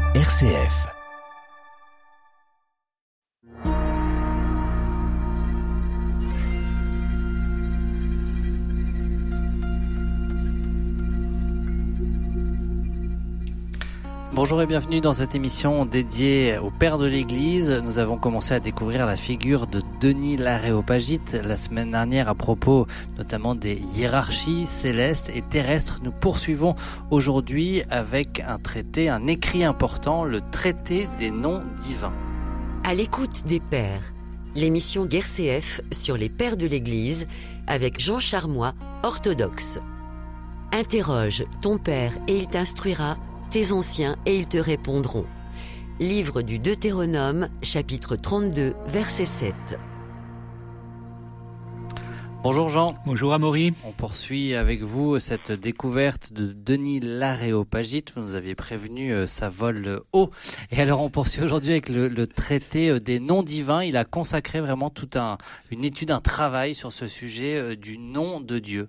RCF. Bonjour et bienvenue dans cette émission dédiée au Père de l'Église. Nous avons commencé à découvrir la figure de Denis l'Aréopagite la semaine dernière à propos notamment des hiérarchies célestes et terrestres. Nous poursuivons aujourd'hui avec un écrit important, le traité des noms divins. À l'écoute des Pères, l'émission d'RCF sur les Pères de l'Église avec Jean Charmois, orthodoxe. Interroge ton Père et il t'instruira, tes anciens et ils te répondront. Livre du Deutéronome, chapitre 32, verset 7. Bonjour Jean. Bonjour Amaury. On poursuit avec vous cette découverte de Denis l'Aréopagite. Vous nous aviez prévenu, ça vole haut. Et alors on poursuit aujourd'hui avec le traité des noms divins. Il a consacré vraiment une étude, un travail sur ce sujet du nom de Dieu.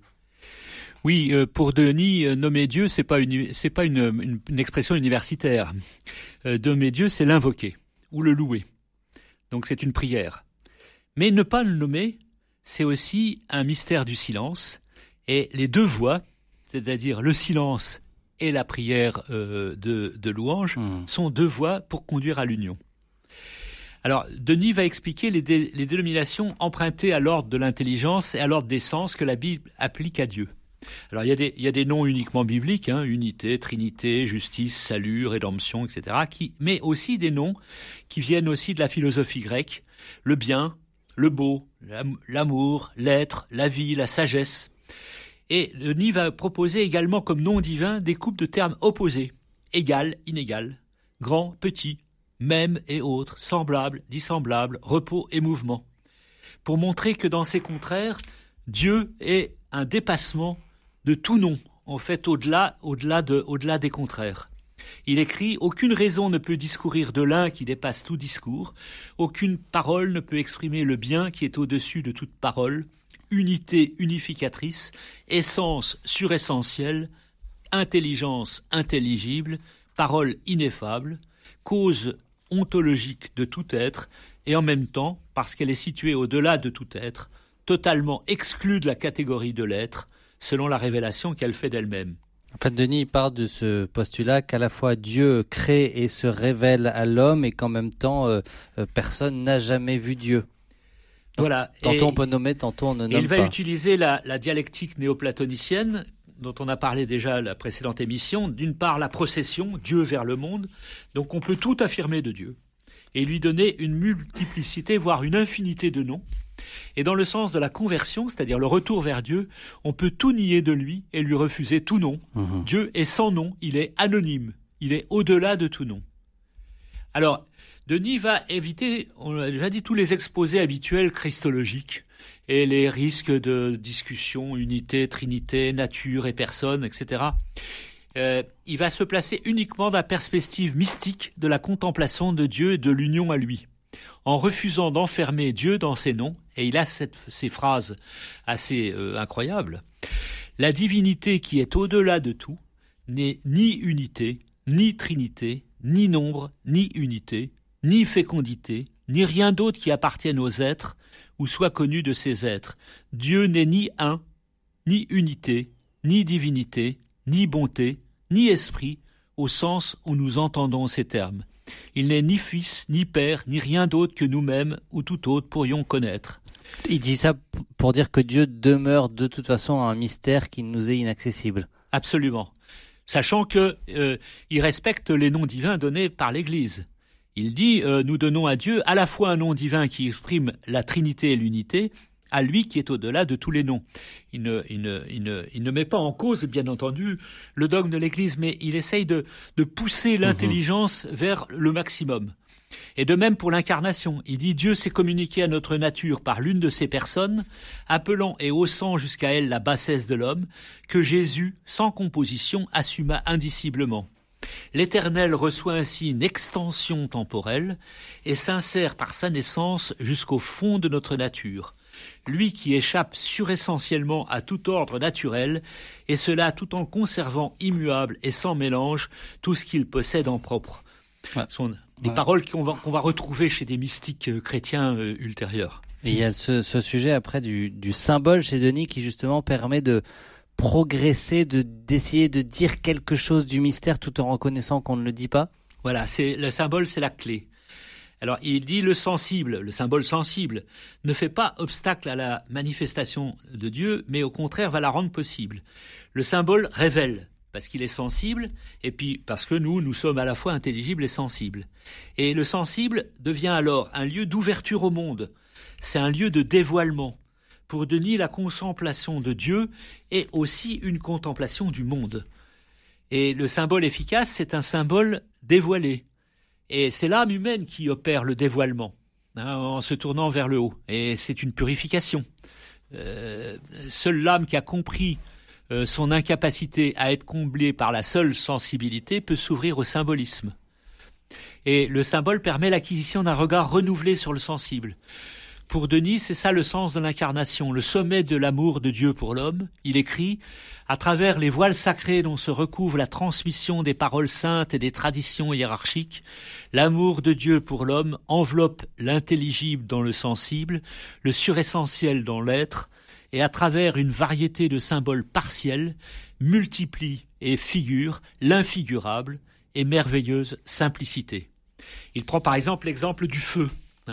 Oui, pour Denis, nommer Dieu, c'est pas une expression universitaire. Nommer Dieu, c'est l'invoquer ou le louer. Donc c'est une prière. Mais ne pas le nommer, c'est aussi un mystère du silence. Et les deux voies, c'est-à-dire le silence et la prière de louange, sont deux voies pour conduire à l'union. Alors, Denis va expliquer les dénominations empruntées à l'ordre de l'intelligence et à l'ordre des sens que la Bible applique à Dieu. Alors, il y a des noms uniquement bibliques, unité, trinité, justice, salut, rédemption, etc., mais aussi des noms qui viennent aussi de la philosophie grecque, le bien, le beau, l'amour, l'être, la vie, la sagesse. Et Denis va proposer également comme nom divin des couples de termes opposés, égal, inégal, grand, petit, même et autre, semblable, dissemblable, repos et mouvement, pour montrer que dans ces contraires, Dieu est un dépassement de tout nom, en fait, au-delà des contraires. Il écrit « Aucune raison ne peut discourir de l'un qui dépasse tout discours, aucune parole ne peut exprimer le bien qui est au-dessus de toute parole, unité unificatrice, essence suressentielle, intelligence intelligible, parole ineffable, cause ontologique de tout être, et en même temps, parce qu'elle est située au-delà de tout être, totalement exclue de la catégorie de l'être, selon la révélation qu'elle fait d'elle-même. » En fait, Denis part de ce postulat qu'à la fois Dieu crée et se révèle à l'homme et qu'en même temps, personne n'a jamais vu Dieu. Voilà. Tantôt on peut nommer, tantôt on ne nomme pas. Il va utiliser la dialectique néoplatonicienne, dont on a parlé déjà à la précédente émission. D'une part, la procession, Dieu vers le monde. Donc on peut tout affirmer de Dieu et lui donner une multiplicité, voire une infinité de noms. Et dans le sens de la conversion, c'est-à-dire le retour vers Dieu, on peut tout nier de lui et lui refuser tout nom. Dieu est sans nom, il est anonyme, il est au-delà de tout nom. Alors, Denis va éviter, on l'a déjà dit, tous les exposés habituels christologiques et les risques de discussion, unité, trinité, nature et personne, etc. Il va se placer uniquement dans la perspective mystique de la contemplation de Dieu et de l'union à lui, en refusant d'enfermer Dieu dans ses noms, et il a ces phrases assez incroyables. La divinité qui est au-delà de tout n'est ni unité, ni trinité, ni nombre, ni unité, ni fécondité, ni rien d'autre qui appartienne aux êtres ou soit connu de ces êtres. Dieu n'est ni un, ni unité, ni divinité, ni bonté, ni esprit, au sens où nous entendons ces termes. Il n'est ni fils, ni père, ni rien d'autre que nous-mêmes ou tout autre pourrions connaître. Il dit ça pour dire que Dieu demeure de toute façon un mystère qui nous est inaccessible. Absolument. Sachant que il respecte les noms divins donnés par l'Église. Il dit nous donnons à Dieu à la fois un nom divin qui exprime la Trinité et l'unité, à lui qui est au-delà de tous les noms. Il ne met pas en cause, bien entendu, le dogme de l'Église, mais il essaye de pousser l'intelligence vers le maximum. Et de même pour l'incarnation, il dit « Dieu s'est communiqué à notre nature par l'une de ses personnes, appelant et haussant jusqu'à elle la bassesse de l'homme, que Jésus, sans composition, assuma indiciblement. L'Éternel reçoit ainsi une extension temporelle et s'insère par sa naissance jusqu'au fond de notre nature. Lui qui échappe suressentiellement à tout ordre naturel, et cela tout en conservant immuable et sans mélange tout ce qu'il possède en propre. Des paroles qu'on va retrouver chez des mystiques chrétiens ultérieurs. Et il y a ce sujet après du symbole chez Denis qui justement permet de progresser, d'essayer de dire quelque chose du mystère tout en reconnaissant qu'on ne le dit pas. Voilà, le symbole, c'est la clé. Alors, il dit le symbole sensible, ne fait pas obstacle à la manifestation de Dieu, mais au contraire va la rendre possible. Le symbole révèle, parce qu'il est sensible, et puis parce que nous sommes à la fois intelligibles et sensibles. Et le sensible devient alors un lieu d'ouverture au monde. C'est un lieu de dévoilement. Pour Denis, la contemplation de Dieu est aussi une contemplation du monde. Et le symbole efficace, c'est un symbole dévoilé. Et c'est l'âme humaine qui opère le dévoilement, en se tournant vers le haut. Et c'est une purification. Seule l'âme qui a compris son incapacité à être comblée par la seule sensibilité peut s'ouvrir au symbolisme. Et le symbole permet l'acquisition d'un regard renouvelé sur le sensible. Pour Denis, c'est ça le sens de l'incarnation, le sommet de l'amour de Dieu pour l'homme. Il écrit « À travers les voiles sacrés dont se recouvre la transmission des paroles saintes et des traditions hiérarchiques, l'amour de Dieu pour l'homme enveloppe l'intelligible dans le sensible, le suressentiel dans l'être, et à travers une variété de symboles partiels, multiplie et figure l'infigurable et merveilleuse simplicité. » Il prend par exemple l'exemple du feu.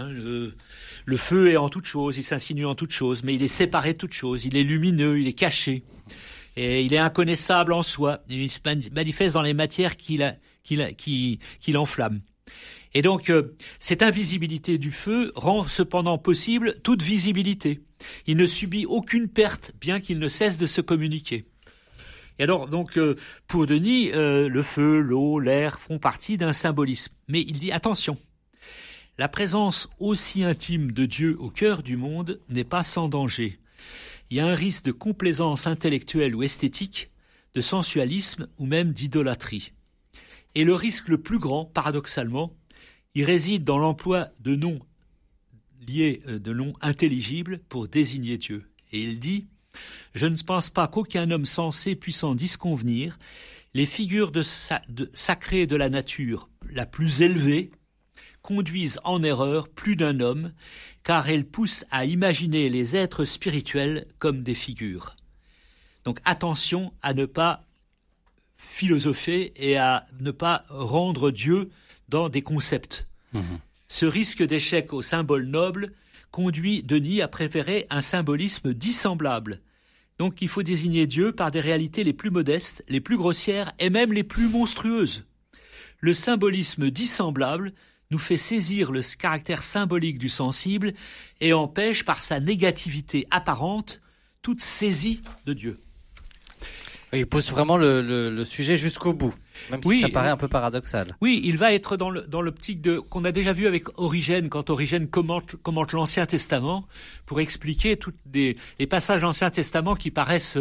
Le feu est en toute chose, il s'insinue en toute chose, mais il est séparé de toute chose, il est lumineux, il est caché, et il est inconnaissable en soi, il se manifeste dans les matières qui l'enflamment. Et donc, cette invisibilité du feu rend cependant possible toute visibilité. Il ne subit aucune perte, bien qu'il ne cesse de se communiquer. Et alors, donc, pour Denis, le feu, l'eau, l'air font partie d'un symbolisme. Mais il dit, attention, la présence aussi intime de Dieu au cœur du monde n'est pas sans danger. Il y a un risque de complaisance intellectuelle ou esthétique, de sensualisme ou même d'idolâtrie. Et le risque le plus grand, paradoxalement, il réside dans l'emploi de noms liés, de noms intelligibles pour désigner Dieu. Et il dit « Je ne pense pas qu'aucun homme sensé puisse en disconvenir. Les figures sacrées de la nature la plus élevée conduisent en erreur plus d'un homme, car elles poussent à imaginer les êtres spirituels comme des figures. » Donc attention à ne pas philosopher et à ne pas rendre Dieu dans des concepts. Ce risque d'échec au symbole noble conduit Denis à préférer un symbolisme dissemblable. Donc il faut désigner Dieu par des réalités les plus modestes, les plus grossières et même les plus monstrueuses. Le symbolisme dissemblable nous fait saisir le caractère symbolique du sensible et empêche par sa négativité apparente toute saisie de Dieu. Il pousse vraiment le sujet jusqu'au bout, même si ça paraît un peu paradoxal. Oui, il va être dans l'optique qu'on a déjà vu avec Origène, quand Origène commente l'Ancien Testament, pour expliquer tous les passages de l'Ancien Testament qui paraissent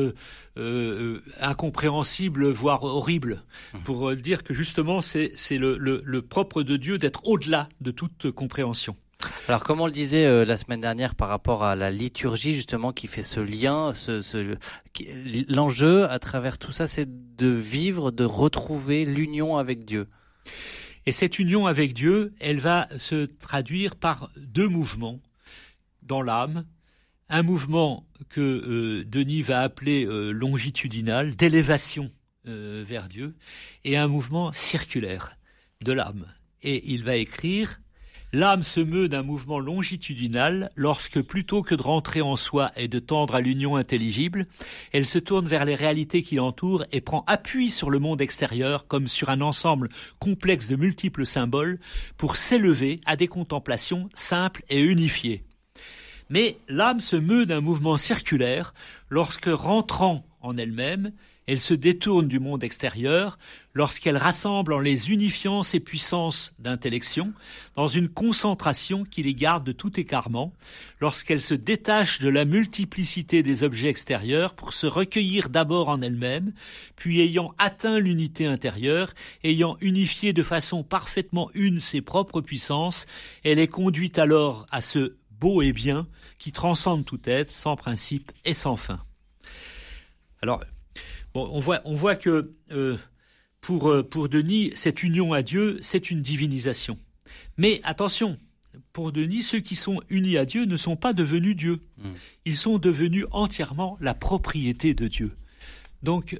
incompréhensibles, voire horribles, pour dire que justement c'est le propre de Dieu d'être au-delà de toute compréhension. Alors, comme on le disait la semaine dernière par rapport à la liturgie, justement, qui fait ce lien, l'enjeu à travers tout ça, c'est de vivre, de retrouver l'union avec Dieu. Et cette union avec Dieu, elle va se traduire par deux mouvements dans l'âme. Un mouvement que Denis va appeler longitudinal, d'élévation vers Dieu, et un mouvement circulaire de l'âme. Et il va écrire: l'âme se meut d'un mouvement longitudinal lorsque, plutôt que de rentrer en soi et de tendre à l'union intelligible, elle se tourne vers les réalités qui l'entourent et prend appui sur le monde extérieur comme sur un ensemble complexe de multiples symboles pour s'élever à des contemplations simples et unifiées. Mais l'âme se meut d'un mouvement circulaire lorsque, rentrant en elle-même, elle se détourne du monde extérieur, lorsqu'elle rassemble en les unifiant ses puissances d'intellection dans une concentration qui les garde de tout écartement, lorsqu'elle se détache de la multiplicité des objets extérieurs pour se recueillir d'abord en elle-même, puis ayant atteint l'unité intérieure, ayant unifié de façon parfaitement une ses propres puissances, elle est conduite alors à ce beau et bien qui transcende tout être, sans principe et sans fin. Alors, on voit que Pour Denis, cette union à Dieu, c'est une divinisation. Mais attention, pour Denis, ceux qui sont unis à Dieu ne sont pas devenus Dieu. Ils sont devenus entièrement la propriété de Dieu. Donc,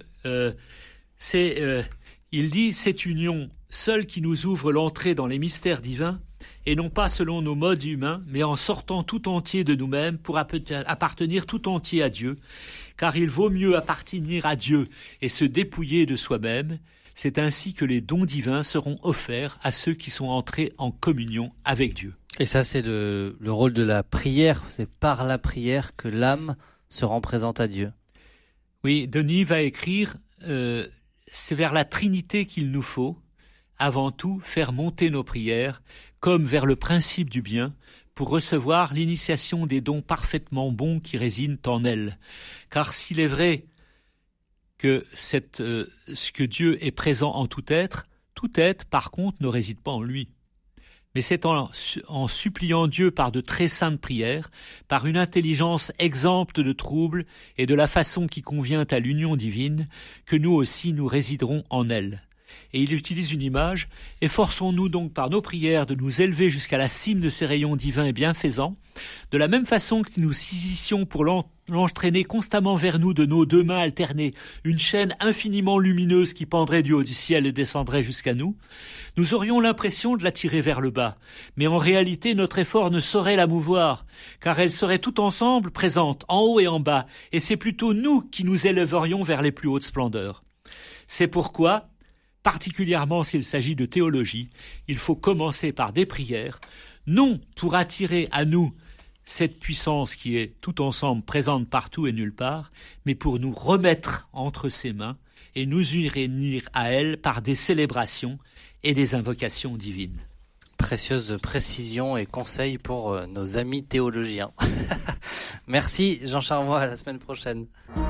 il dit, cette union seule qui nous ouvre l'entrée dans les mystères divins, et non pas selon nos modes humains, mais en sortant tout entier de nous-mêmes pour appartenir tout entier à Dieu, car il vaut mieux appartenir à Dieu et se dépouiller de soi-même. C'est ainsi que les dons divins seront offerts à ceux qui sont entrés en communion avec Dieu. Et ça, c'est le rôle de la prière. C'est par la prière que l'âme se rend présente à Dieu. Oui, Denis va écrire, c'est vers la Trinité qu'il nous faut, avant tout, faire monter nos prières, comme vers le principe du bien, pour recevoir l'initiation des dons parfaitement bons qui résident en elle. Car s'il est vrai que Dieu est présent en tout être, par contre, ne réside pas en lui. Mais c'est en suppliant Dieu par de très saintes prières, par une intelligence exempte de troubles et de la façon qui convient à l'union divine, que nous aussi nous résiderons en elle. Et il utilise une image. Efforçons-nous donc par nos prières de nous élever jusqu'à la cime de ces rayons divins et bienfaisants, de la même façon que nous saisissions pour l'entraîner constamment vers nous de nos deux mains alternées une chaîne infiniment lumineuse qui pendrait du haut du ciel et descendrait jusqu'à nous, nous aurions l'impression de la tirer vers le bas. Mais en réalité, notre effort ne saurait la mouvoir, car elle serait tout ensemble présente, en haut et en bas, et c'est plutôt nous qui nous élèverions vers les plus hautes splendeurs. C'est pourquoi, particulièrement s'il s'agit de théologie, il faut commencer par des prières, non pour attirer à nous cette puissance qui est tout ensemble présente partout et nulle part, mais pour nous remettre entre ses mains et nous unir à elle par des célébrations et des invocations divines. Précieuse précision et conseils pour nos amis théologiens. Merci Jean Charmois, à la semaine prochaine.